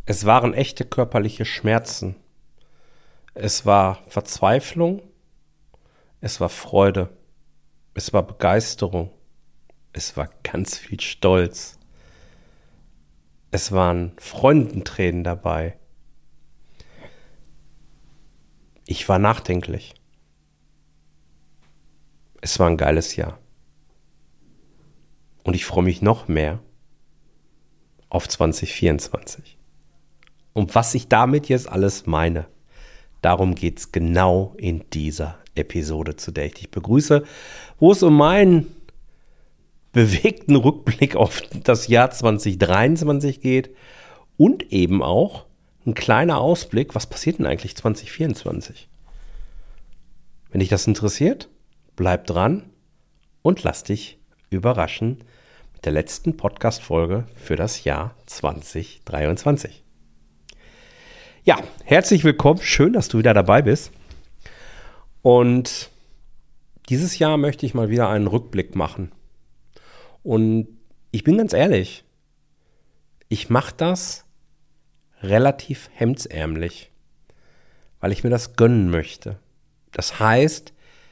Es waren echte körperliche Schmerzen. Es war Verzweiflung. Es war Freude. Es war Begeisterung. Es war ganz viel Stolz. Es waren Freudentränen dabei. Ich war nachdenklich. Es war ein geiles Jahr. Und ich freue mich noch mehr auf 2024. Und was ich damit jetzt alles meine, darum geht es genau in dieser Episode, zu der ich dich begrüße, wo es um meinen bewegten Rückblick auf das Jahr 2023 geht und eben auch ein kleiner Ausblick, was passiert denn eigentlich 2024? Wenn dich das interessiert, bleib dran und lass dich überraschen mit der letzten Podcast-Folge für das Jahr 2023. Ja, herzlich willkommen, schön, dass du wieder dabei bist. Und dieses Jahr möchte ich mal wieder einen Rückblick machen. Und ich bin ganz ehrlich, ich mache das relativ hemdsärmlich, weil ich mir das gönnen möchte. Das heißt,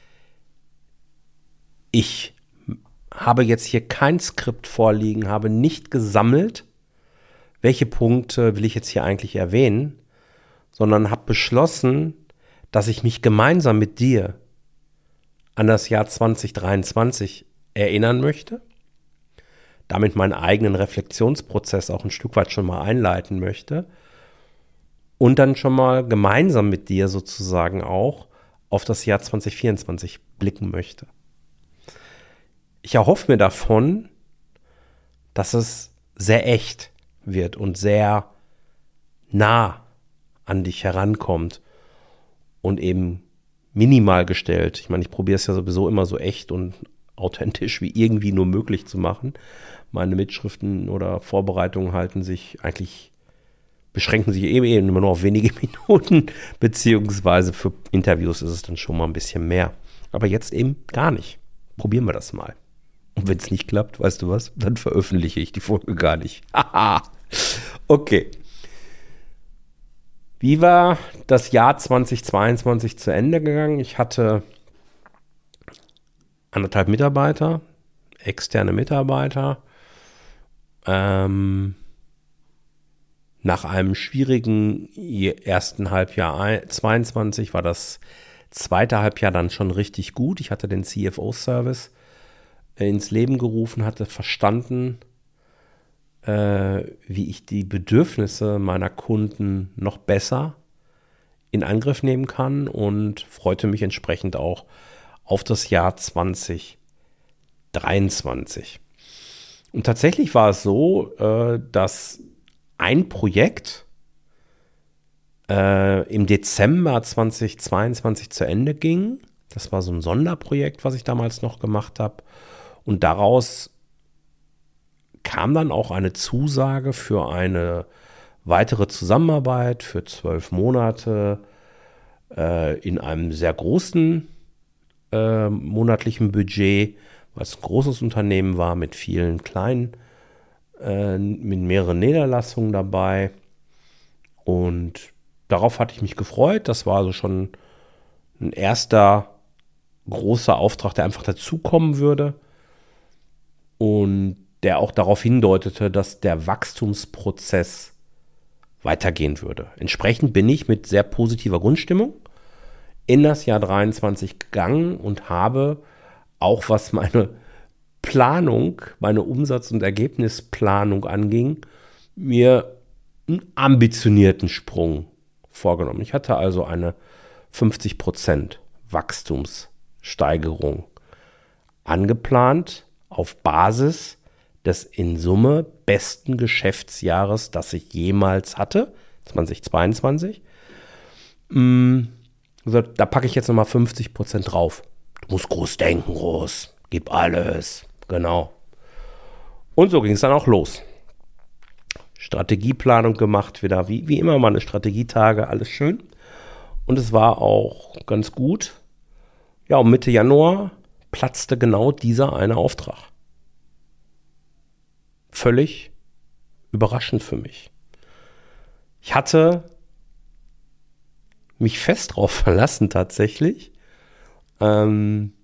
ich habe jetzt hier kein Skript vorliegen, habe nicht gesammelt, welche Punkte will ich jetzt hier eigentlich erwähnen, sondern habe beschlossen, dass ich mich gemeinsam mit dir an das Jahr 2023 erinnern möchte, damit meinen eigenen Reflexionsprozess auch ein Stück weit schon mal einleiten möchte und dann schon mal gemeinsam mit dir sozusagen auch auf das Jahr 2024 blicken möchte. Ich erhoffe mir davon, dass es sehr echt wird und sehr nah an dich herankommt und eben minimal gestellt. Ich meine, ich probiere es ja sowieso immer so echt und authentisch wie irgendwie nur möglich zu machen. Meine Mitschriften oder Vorbereitungen beschränken sich eben immer nur auf wenige Minuten, beziehungsweise für Interviews ist es dann schon mal ein bisschen mehr. Aber jetzt eben gar nicht. Probieren wir das mal. Und wenn es nicht klappt, weißt du was, dann veröffentliche ich die Folge gar nicht. Haha. Okay. Wie war das Jahr 2022 zu Ende gegangen? Ich hatte 1,5 Mitarbeiter, externe Mitarbeiter. Nach einem schwierigen ersten Halbjahr 22 war das zweite Halbjahr dann schon richtig gut. Ich hatte den CFO-Service ins Leben gerufen, hatte verstanden, wie ich die Bedürfnisse meiner Kunden noch besser in Angriff nehmen kann und freute mich entsprechend auch auf das Jahr 2023. Und tatsächlich war es so, dass ein Projekt im Dezember 2022 zu Ende ging. Das war so ein Sonderprojekt, was ich damals noch gemacht habe. Und daraus kam dann auch eine Zusage für eine weitere Zusammenarbeit für 12 Monate in einem sehr großen monatlichen Budget, weil es ein großes Unternehmen war mit vielen kleinen, mit mehreren Niederlassungen dabei. Und darauf hatte ich mich gefreut. Das war also schon ein erster großer Auftrag, der einfach dazukommen würde. Und der auch darauf hindeutete, dass der Wachstumsprozess weitergehen würde. Entsprechend bin ich mit sehr positiver Grundstimmung in das Jahr 23 gegangen und habe auch, was meine Planung, meine Umsatz- und Ergebnisplanung anging, mir einen ambitionierten Sprung vorgenommen. Ich hatte also eine 50% Wachstumssteigerung angeplant auf Basis des in Summe besten Geschäftsjahres, das ich jemals hatte, 2022. Da packe ich jetzt nochmal 50% drauf. Du musst groß denken, groß. Gib alles. Genau. Und so ging es dann auch los. Strategieplanung gemacht, wieder wie immer meine Strategietage, alles schön. Und es war auch ganz gut. Ja, und Mitte Januar platzte genau dieser eine Auftrag. Völlig überraschend für mich. Ich hatte mich fest drauf verlassen tatsächlich. Und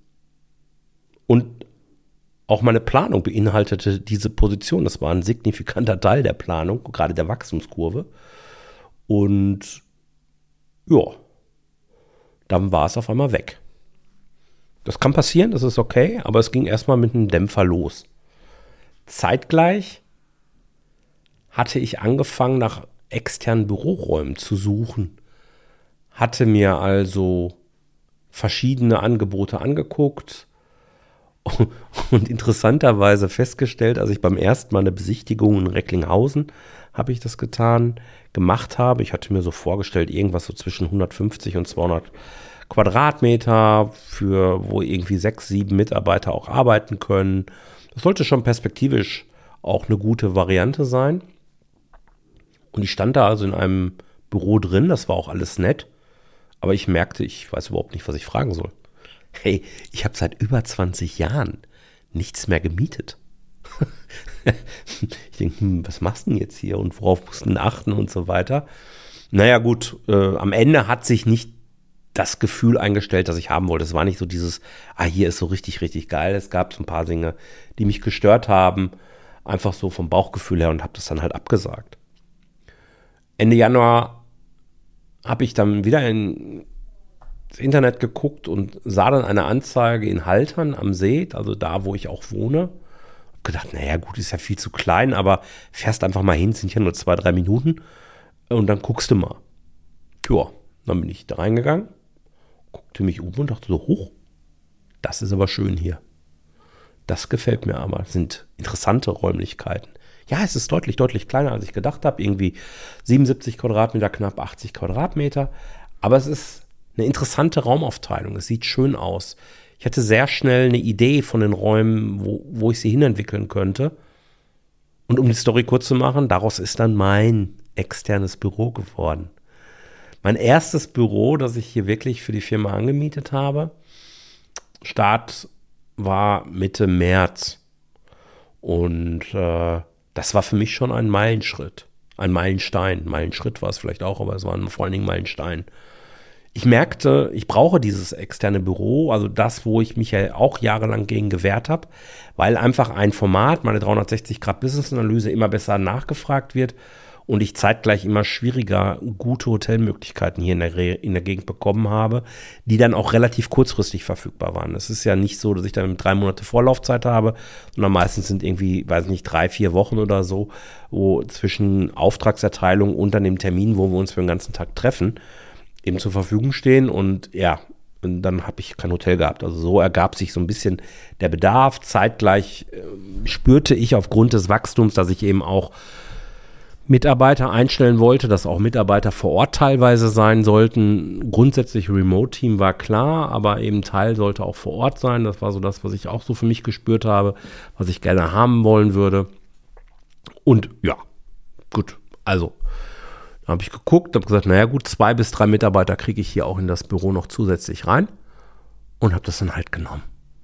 auch meine Planung beinhaltete diese Position. Das war ein signifikanter Teil der Planung, gerade der Wachstumskurve. Und ja, dann war es auf einmal weg. Das kann passieren, das ist okay, aber es ging erstmal mit einem Dämpfer los. Zeitgleich hatte ich angefangen, nach externen Büroräumen zu suchen. Hatte mir also verschiedene Angebote angeguckt und interessanterweise festgestellt, als ich beim ersten Mal eine Besichtigung in Recklinghausen, habe ich das gemacht habe. Ich hatte mir so vorgestellt, irgendwas so zwischen 150 und 200 Quadratmeter, wo irgendwie 6, 7 Mitarbeiter auch arbeiten können. Das sollte schon perspektivisch auch eine gute Variante sein. Und ich stand da also in einem Büro drin, das war auch alles nett. Aber ich merkte, ich weiß überhaupt nicht, was ich fragen soll. Hey, ich habe seit über 20 Jahren nichts mehr gemietet. Ich denke, was machst du denn jetzt hier und worauf musst du denn achten und so weiter. Naja gut, am Ende hat sich nicht das Gefühl eingestellt, das ich haben wollte. Es war nicht so dieses, hier ist so richtig, richtig geil. Es gab so ein paar Dinge, die mich gestört haben, einfach so vom Bauchgefühl her und habe das dann halt abgesagt. Ende Januar habe ich dann wieder ins Internet geguckt und sah dann eine Anzeige in Haltern am See, also da, wo ich auch wohne. Hab gedacht, naja gut, ist ja viel zu klein, aber fährst einfach mal hin, sind ja nur 2, 3 Minuten und dann guckst du mal. Ja, dann bin ich da reingegangen, guckte mich um und dachte so, hoch, das ist aber schön hier. Das gefällt mir aber, das sind interessante Räumlichkeiten. Ja, es ist deutlich, deutlich kleiner, als ich gedacht habe. Irgendwie 77 Quadratmeter, knapp 80 Quadratmeter. Aber es ist eine interessante Raumaufteilung. Es sieht schön aus. Ich hatte sehr schnell eine Idee von den Räumen, wo ich sie hinentwickeln könnte. Und um die Story kurz zu machen, daraus ist dann mein externes Büro geworden. Mein erstes Büro, das ich hier wirklich für die Firma angemietet habe. Start war Mitte März. Und das war für mich schon ein Meilenschritt. Ein Meilenstein. Meilenschritt war es vielleicht auch, aber es war vor allen Dingen Meilenstein. Ich merkte, ich brauche dieses externe Büro, also das, wo ich mich ja auch jahrelang gegen gewehrt habe, weil einfach ein Format, meine 360-Grad-Business-Analyse, immer besser nachgefragt wird und ich zeitgleich immer schwieriger gute Hotelmöglichkeiten hier in der Gegend bekommen habe, die dann auch relativ kurzfristig verfügbar waren. Es ist ja nicht so, dass ich dann 3 Monate Vorlaufzeit habe, sondern meistens sind irgendwie, weiß nicht, 3, 4 Wochen oder so, wo zwischen Auftragserteilung und dann dem Termin, wo wir uns für den ganzen Tag treffen, eben zur Verfügung stehen und ja, und dann habe ich kein Hotel gehabt. Also so ergab sich so ein bisschen der Bedarf. Zeitgleich spürte ich aufgrund des Wachstums, dass ich eben auch Mitarbeiter einstellen wollte, dass auch Mitarbeiter vor Ort teilweise sein sollten. Grundsätzlich Remote-Team war klar, aber eben Teil sollte auch vor Ort sein. Das war so das, was ich auch so für mich gespürt habe, was ich gerne haben wollen würde. Und ja, gut, also habe ich geguckt, habe gesagt, naja gut, 2 bis 3 Mitarbeiter kriege ich hier auch in das Büro noch zusätzlich rein und habe das dann halt genommen.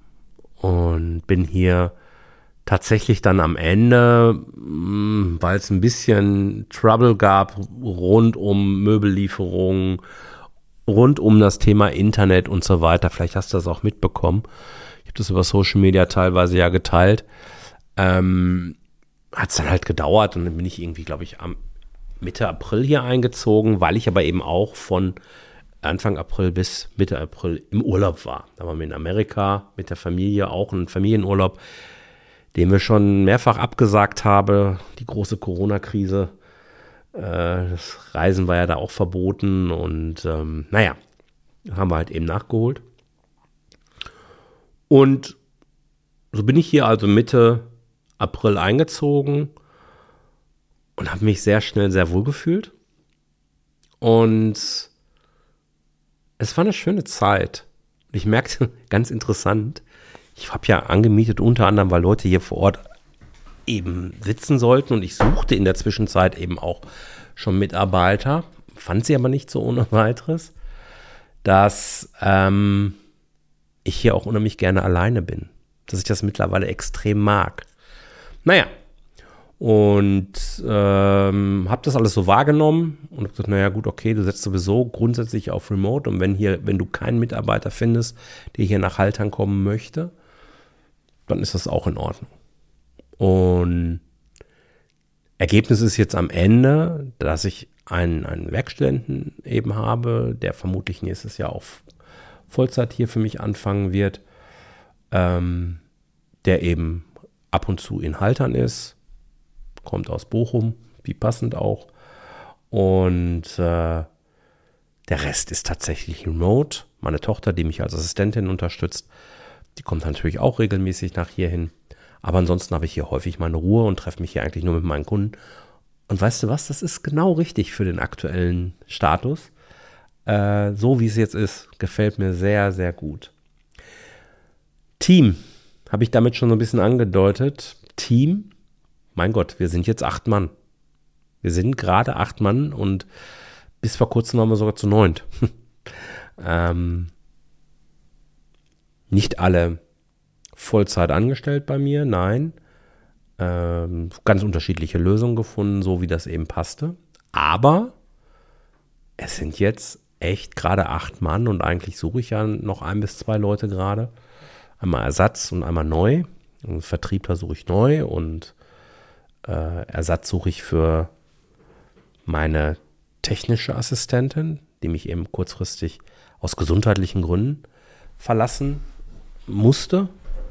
Und bin hier tatsächlich dann am Ende, weil es ein bisschen Trouble gab rund um Möbellieferungen, rund um das Thema Internet und so weiter, vielleicht hast du das auch mitbekommen, ich habe das über Social Media teilweise ja geteilt, hat es dann halt gedauert und dann bin ich irgendwie, glaube ich, am Mitte April hier eingezogen, weil ich aber eben auch von Anfang April bis Mitte April im Urlaub war. Da waren wir in Amerika mit der Familie, auch ein Familienurlaub, den wir schon mehrfach abgesagt haben. Die große Corona-Krise, das Reisen war ja da auch verboten und naja, haben wir halt eben nachgeholt. Und so bin ich hier also Mitte April eingezogen und habe mich sehr schnell sehr wohl gefühlt. Und es war eine schöne Zeit. Und ich merkte, ganz interessant, ich habe ja angemietet, unter anderem, weil Leute hier vor Ort eben sitzen sollten. Und ich suchte in der Zwischenzeit eben auch schon Mitarbeiter, fand sie aber nicht so ohne weiteres, dass ich hier auch unheimlich gerne alleine bin. Dass ich das mittlerweile extrem mag. Naja, Und habe das alles so wahrgenommen und habe gesagt, naja gut, okay, du setzt sowieso grundsätzlich auf Remote und wenn du keinen Mitarbeiter findest, der hier nach Haltern kommen möchte, dann ist das auch in Ordnung. Und Ergebnis ist jetzt am Ende, dass ich einen Werkstudenten eben habe, der vermutlich nächstes Jahr auf Vollzeit hier für mich anfangen wird, der eben ab und zu in Haltern ist, kommt aus Bochum, wie passend auch. Und der Rest ist tatsächlich remote. Meine Tochter, die mich als Assistentin unterstützt, die kommt natürlich auch regelmäßig nach hier hin. Aber ansonsten habe ich hier häufig meine Ruhe und treffe mich hier eigentlich nur mit meinen Kunden. Und weißt du was, das ist genau richtig für den aktuellen Status. So wie es jetzt ist, gefällt mir sehr, sehr gut. Team, habe ich damit schon so ein bisschen angedeutet. Team, mein Gott, wir sind jetzt 8 Mann. Wir sind gerade 8 Mann und bis vor kurzem waren wir sogar zu 9. Nicht alle Vollzeit angestellt bei mir, nein. Ganz unterschiedliche Lösungen gefunden, so wie das eben passte. Aber es sind jetzt echt gerade 8 Mann und eigentlich suche ich ja noch 1 bis 2 Leute gerade. Einmal Ersatz und einmal neu. Und Vertriebler suche ich neu und Ersatz suche ich für meine technische Assistentin, die mich eben kurzfristig aus gesundheitlichen Gründen verlassen musste.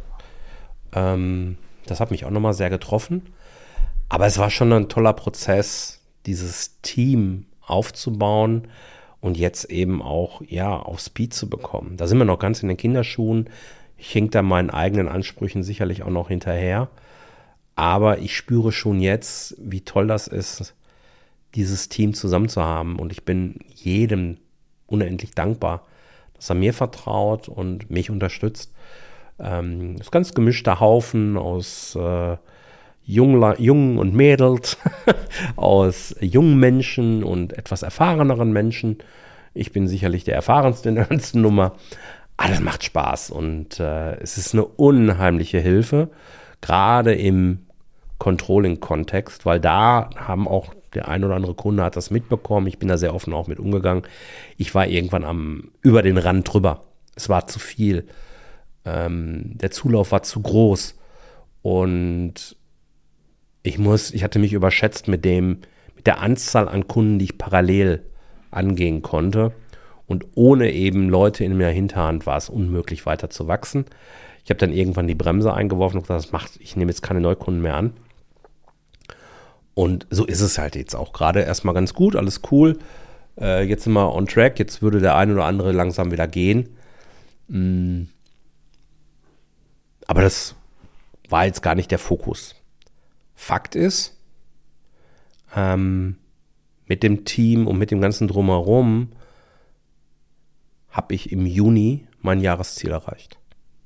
Das hat mich auch nochmal sehr getroffen. Aber es war schon ein toller Prozess, dieses Team aufzubauen und jetzt eben auch auf Speed zu bekommen. Da sind wir noch ganz in den Kinderschuhen. Ich hink da meinen eigenen Ansprüchen sicherlich auch noch hinterher. Aber ich spüre schon jetzt, wie toll das ist, dieses Team zusammen zu haben. Und ich bin jedem unendlich dankbar, dass er mir vertraut und mich unterstützt. Ist ganz gemischter Haufen aus Jungen und Mädels, aus jungen Menschen und etwas erfahreneren Menschen. Ich bin sicherlich der erfahrenste in der ganzen Nummer. Aber das macht Spaß und es ist eine unheimliche Hilfe, gerade im Controlling-Kontext, weil da haben auch der ein oder andere Kunde hat das mitbekommen. Ich bin da sehr offen auch mit umgegangen. Ich war irgendwann über den Rand drüber. Es war zu viel. Der Zulauf war zu groß und ich hatte mich überschätzt mit der Anzahl an Kunden, die ich parallel angehen konnte. Und ohne eben Leute in der Hinterhand war es unmöglich, weiter zu wachsen. Ich habe dann irgendwann die Bremse eingeworfen und gesagt, ich nehme jetzt keine Neukunden mehr an. Und so ist es halt jetzt auch gerade erstmal ganz gut, alles cool. Jetzt sind wir on track, jetzt würde der ein oder andere langsam wieder gehen. Aber das war jetzt gar nicht der Fokus. Fakt ist, mit dem Team und mit dem ganzen Drumherum habe ich im Juni mein Jahresziel erreicht.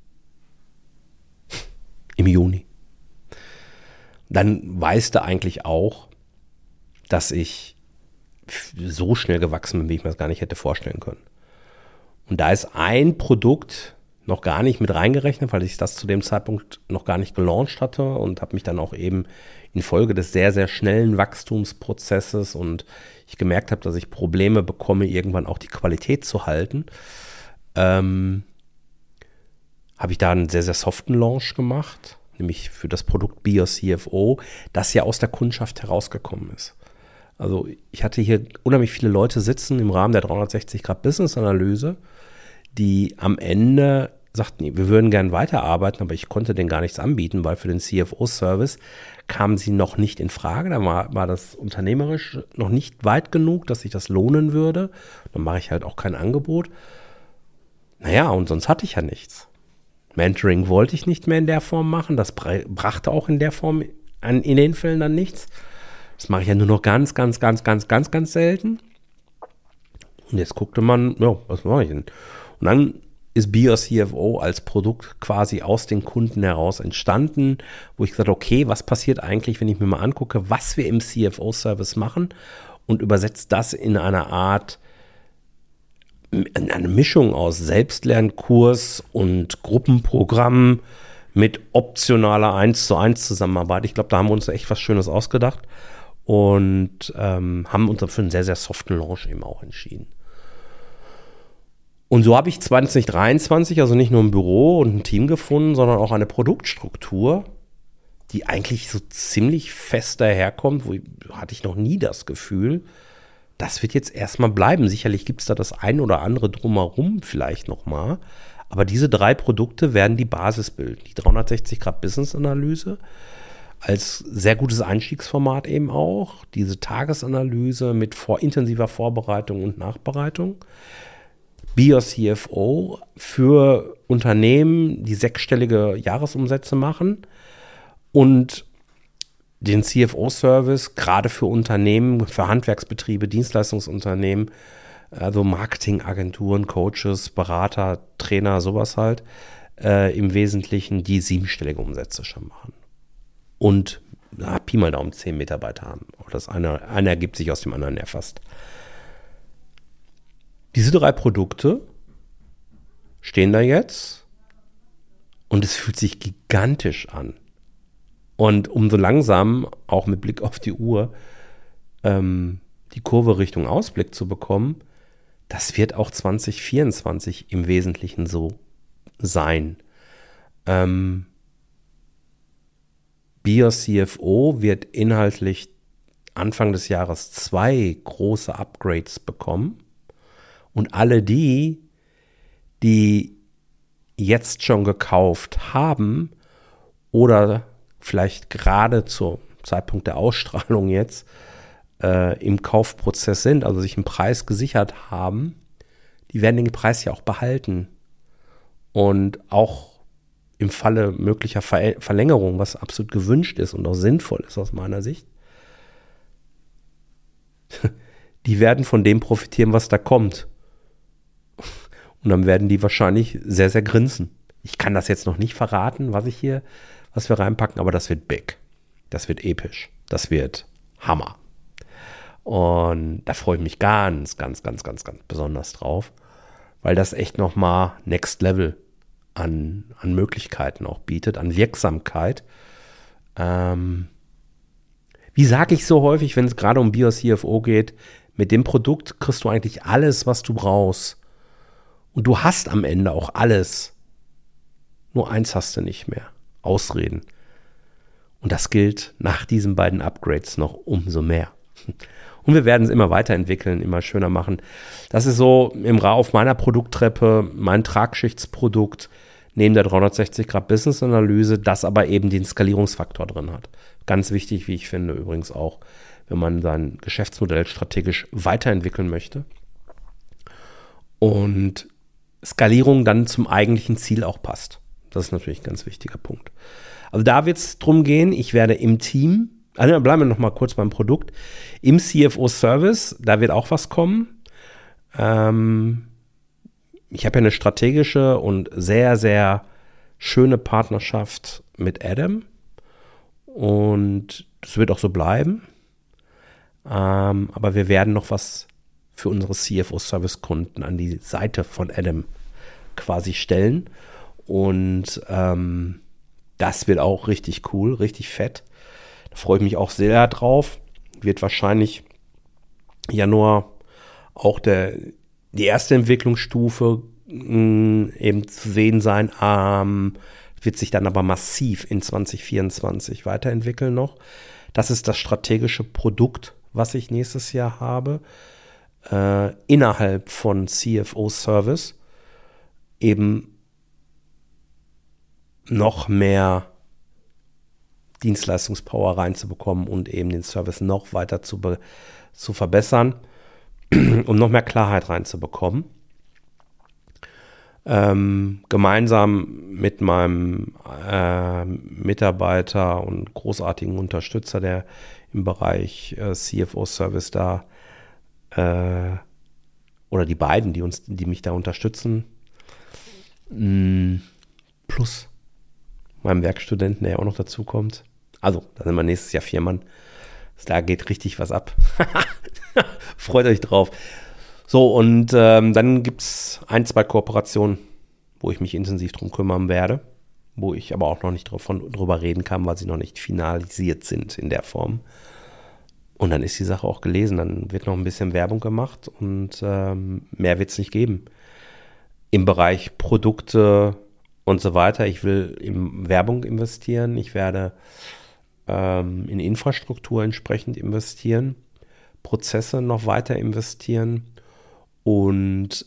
Im Juni. Dann weißt du eigentlich auch, dass ich so schnell gewachsen bin, wie ich mir das gar nicht hätte vorstellen können. Und da ist ein Produkt noch gar nicht mit reingerechnet, weil ich das zu dem Zeitpunkt noch gar nicht gelauncht hatte und habe mich dann auch eben infolge des sehr, sehr schnellen Wachstumsprozesses und ich gemerkt habe, dass ich Probleme bekomme, irgendwann auch die Qualität zu halten, habe ich da einen sehr, sehr soften Launch gemacht, nämlich für das Produkt Be Your CFO, das ja aus der Kundschaft herausgekommen ist. Also ich hatte hier unheimlich viele Leute sitzen im Rahmen der 360-Grad-Business-Analyse, die am Ende sagten, nee, wir würden gern weiterarbeiten, aber ich konnte denen gar nichts anbieten, weil für den CFO-Service kamen sie noch nicht in Frage. Da war das unternehmerisch noch nicht weit genug, dass sich das lohnen würde. Dann mache ich halt auch kein Angebot. Naja, und sonst hatte ich ja nichts. Mentoring wollte ich nicht mehr in der Form machen. Das brachte auch in der Form in den Fällen dann nichts. Das mache ich ja nur noch ganz, ganz, ganz, ganz, ganz, ganz selten. Und jetzt guckte man, ja, was mache ich denn? Und dann ist Be Your CFO als Produkt quasi aus den Kunden heraus entstanden, wo ich gesagt habe, okay, was passiert eigentlich, wenn ich mir mal angucke, was wir im CFO-Service machen und übersetzt das in eine Art, eine Mischung aus Selbstlernkurs und Gruppenprogramm mit optionaler 1:1 Zusammenarbeit. Ich glaube, da haben wir uns echt was Schönes ausgedacht und haben uns für einen sehr, sehr soften Launch eben auch entschieden. Und so habe ich 2023 also nicht nur ein Büro und ein Team gefunden, sondern auch eine Produktstruktur, die eigentlich so ziemlich fest daherkommt, hatte ich noch nie das Gefühl, das wird jetzt erstmal bleiben. Sicherlich gibt es da das ein oder andere drumherum vielleicht nochmal, aber diese 3 Produkte werden die Basis bilden. Die 360-Grad-Business-Analyse als sehr gutes Einstiegsformat eben auch, diese Tagesanalyse mit intensiver Vorbereitung und Nachbereitung. Be Your CFO für Unternehmen, die 6-stellige Jahresumsätze machen und den CFO-Service gerade für Unternehmen, für Handwerksbetriebe, Dienstleistungsunternehmen, also Marketingagenturen, Coaches, Berater, Trainer, sowas halt, im Wesentlichen, die 7-stellige Umsätze schon machen. Und Pi mal Daumen 10 Mitarbeiter haben. Auch das eine ergibt sich aus dem anderen ja fast. Diese 3 Produkte stehen da jetzt und es fühlt sich gigantisch an. Und um so langsam, auch mit Blick auf die Uhr, die Kurve Richtung Ausblick zu bekommen, das wird auch 2024 im Wesentlichen so sein. Be Your CFO wird inhaltlich Anfang des Jahres 2 große Upgrades bekommen. Und alle die jetzt schon gekauft haben oder vielleicht gerade zum Zeitpunkt der Ausstrahlung jetzt im Kaufprozess sind, also sich einen Preis gesichert haben, die werden den Preis ja auch behalten. Und auch im Falle möglicher Verlängerung, was absolut gewünscht ist und auch sinnvoll ist aus meiner Sicht, die werden von dem profitieren, was da kommt. Und dann werden die wahrscheinlich sehr, sehr grinsen. Ich kann das jetzt noch nicht verraten, was wir reinpacken, aber das wird big. Das wird episch. Das wird Hammer. Und da freue ich mich ganz, ganz, ganz, ganz, ganz besonders drauf, weil das echt nochmal Next Level an Möglichkeiten auch bietet, an Wirksamkeit. Wie sage ich so häufig, wenn es gerade um Be Your CFO geht, mit dem Produkt kriegst du eigentlich alles, was du brauchst. Und du hast am Ende auch alles. Nur eins hast du nicht mehr. Ausreden. Und das gilt nach diesen beiden Upgrades noch umso mehr. Und wir werden es immer weiterentwickeln, immer schöner machen. Das ist so auf meiner Produkttreppe mein Tragschichtsprodukt neben der 360-Grad-Business-Analyse, das aber eben den Skalierungsfaktor drin hat. Ganz wichtig, wie ich finde, übrigens auch, wenn man sein Geschäftsmodell strategisch weiterentwickeln möchte. Und Skalierung dann zum eigentlichen Ziel auch passt. Das ist natürlich ein ganz wichtiger Punkt. Also da wird es drum gehen, ich werde im Team, also bleiben wir noch mal kurz beim Produkt, im CFO-Service, da wird auch was kommen. Ich habe ja eine strategische und sehr, sehr schöne Partnerschaft mit Adam und das wird auch so bleiben. Aber wir werden noch was für unsere CFO-Service-Kunden an die Seite von Adam quasi stellen. Und das wird auch richtig cool, richtig fett. Da freue ich mich auch sehr drauf. Wird wahrscheinlich Januar auch die erste Entwicklungsstufe eben zu sehen sein. Wird sich dann aber massiv in 2024 weiterentwickeln noch. Das ist das strategische Produkt, was ich nächstes Jahr habe. Innerhalb von CFO Service eben noch mehr Dienstleistungspower reinzubekommen und eben den Service noch weiter zu verbessern, um noch mehr Klarheit reinzubekommen. Gemeinsam mit meinem Mitarbeiter und großartigen Unterstützer, der im Bereich CFO-Service da oder die beiden, die mich da unterstützen, plus meinem Werkstudenten, der ja auch noch dazu kommt. Also, da sind wir nächstes Jahr 4 Mann. Da geht richtig was ab. Freut euch drauf. So, und dann gibt es 1, 2 Kooperationen, wo ich mich intensiv drum kümmern werde, wo ich aber auch noch nicht drüber reden kann, weil sie noch nicht finalisiert sind in der Form. Und dann ist die Sache auch gelesen. Dann wird noch ein bisschen Werbung gemacht und mehr wird es nicht geben. Im Bereich Produkte und so weiter. Ich will in Werbung investieren. Ich werde in Infrastruktur entsprechend investieren. Prozesse noch weiter investieren. Und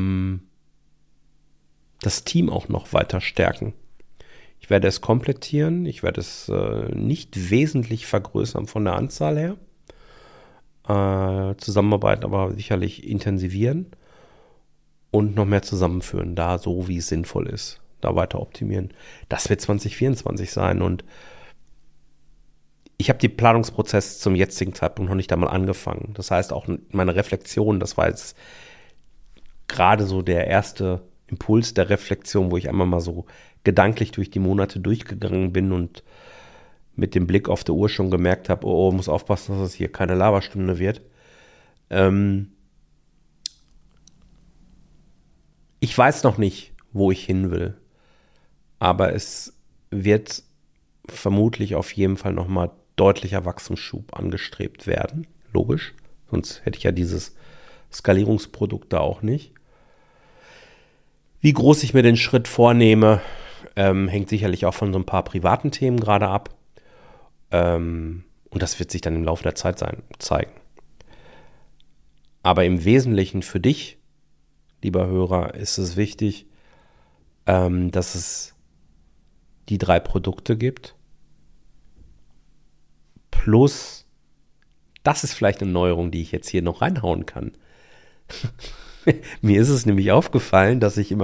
das Team auch noch weiter stärken. Ich werde es komplettieren. Ich werde es nicht wesentlich vergrößern von der Anzahl her. Zusammenarbeit aber sicherlich intensivieren und noch mehr zusammenführen, da so wie es sinnvoll ist, da weiter optimieren. Das wird 2024 sein und ich habe den Planungsprozess zum jetzigen Zeitpunkt noch nicht einmal angefangen. Das heißt auch meine Reflexion, das war jetzt gerade so der erste Impuls der Reflexion, wo ich einmal mal so gedanklich durch die Monate durchgegangen bin und mit dem Blick auf die Uhr schon gemerkt habe, oh, muss aufpassen, dass es hier keine Laberstunde wird. Ich weiß noch nicht, wo ich hin will. Aber es wird vermutlich auf jeden Fall nochmal deutlicher Wachstumsschub angestrebt werden. Logisch. Sonst hätte ich ja dieses Skalierungsprodukt da auch nicht. Wie groß ich mir den Schritt vornehme, hängt sicherlich auch von so ein paar privaten Themen gerade ab. Und das wird sich dann im Laufe der Zeit zeigen. Aber im Wesentlichen für dich, lieber Hörer, ist es wichtig, dass es die 3 Produkte gibt. Plus, das ist vielleicht eine Neuerung, die ich jetzt hier noch reinhauen kann. Mir ist es nämlich aufgefallen, dass ich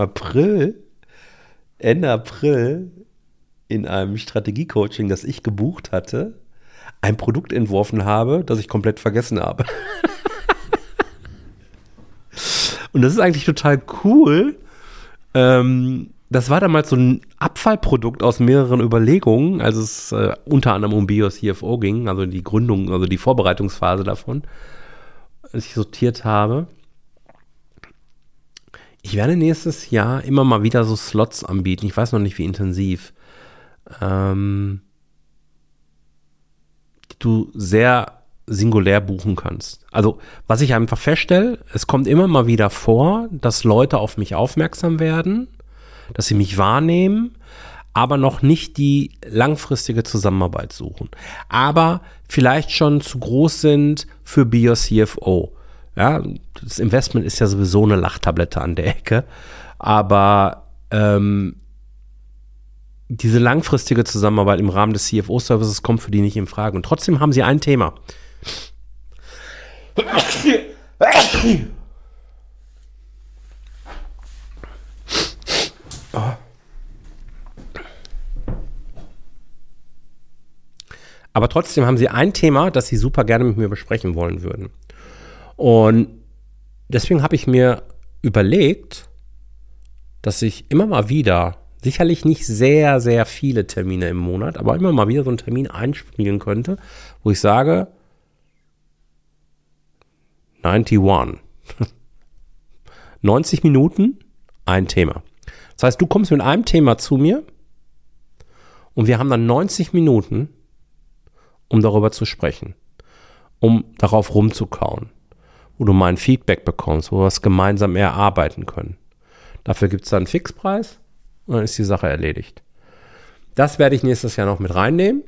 Ende April, in einem Strategiecoaching, das ich gebucht hatte, ein Produkt entworfen habe, das ich komplett vergessen habe. Und das ist eigentlich total cool. Das war damals so ein Abfallprodukt aus mehreren Überlegungen, als es unter anderem um BioCFO ging, also die Gründung, also die Vorbereitungsphase davon, als ich sortiert habe. Ich werde nächstes Jahr immer mal wieder so Slots anbieten. Ich weiß noch nicht, wie intensiv. Die du sehr singulär buchen kannst. Also, was ich einfach feststelle, es kommt immer mal wieder vor, dass Leute auf mich aufmerksam werden, dass sie mich wahrnehmen, aber noch nicht die langfristige Zusammenarbeit suchen. Aber vielleicht schon zu groß sind für BioCFO. Ja, das Investment ist ja sowieso eine Lachtablette an der Ecke. Aber diese langfristige Zusammenarbeit im Rahmen des CFO-Services kommt für die nicht in Frage. Und trotzdem haben sie ein Thema. Aber trotzdem haben sie ein Thema, das sie super gerne mit mir besprechen wollen würden. Und deswegen habe ich mir überlegt, dass ich immer mal wieder, sicherlich nicht sehr, sehr viele Termine im Monat, aber immer mal wieder so einen Termin einspielen könnte, wo ich sage, 91. 90 Minuten, ein Thema. Das heißt, du kommst mit einem Thema zu mir und wir haben dann 90 Minuten, um darüber zu sprechen, um darauf rumzukauen, wo du mal ein Feedback bekommst, wo wir es gemeinsam erarbeiten können. Dafür gibt es dann einen Fixpreis und dann ist die Sache erledigt. Das werde ich nächstes Jahr noch mit reinnehmen.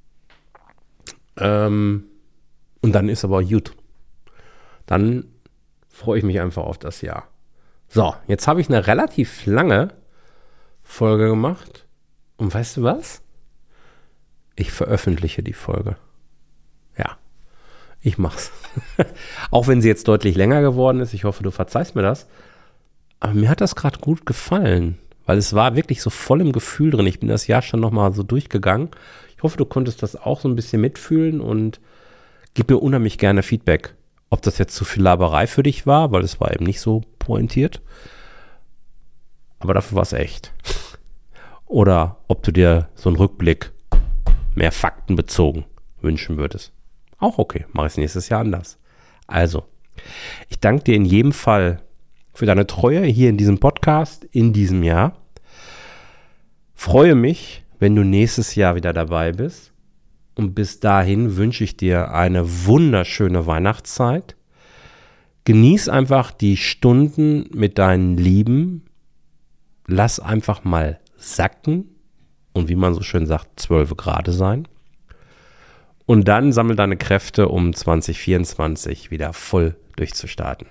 Und dann ist aber gut. Dann freue ich mich einfach auf das Jahr. So, jetzt habe ich eine relativ lange Folge gemacht. Und weißt du was? Ich veröffentliche die Folge. Ja, ich mach's. Auch wenn sie jetzt deutlich länger geworden ist. Ich hoffe, du verzeihst mir das. Aber mir hat das gerade gut gefallen. Weil es war wirklich so voll im Gefühl drin. Ich bin das Jahr schon nochmal so durchgegangen. Ich hoffe, du konntest das auch so ein bisschen mitfühlen und gib mir unheimlich gerne Feedback. Ob das jetzt zu viel Laberei für dich war, weil es war eben nicht so pointiert. Aber dafür war es echt. Oder ob du dir so einen Rückblick mehr faktenbezogen wünschen würdest. Auch okay, mache ich es nächstes Jahr anders. Also, ich danke dir in jedem Fall für deine Treue hier in diesem Podcast in diesem Jahr. freue mich, wenn du nächstes Jahr wieder dabei bist. Und bis dahin wünsche ich dir eine wunderschöne Weihnachtszeit. Genieß einfach die Stunden mit deinen Lieben. Lass einfach mal sacken und wie man so schön sagt, 12 Grad sein. Und dann sammel deine Kräfte, um 2024 wieder voll durchzustarten.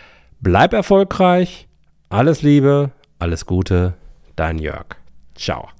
Bleib erfolgreich, alles Liebe, alles Gute, dein Jörg. Ciao.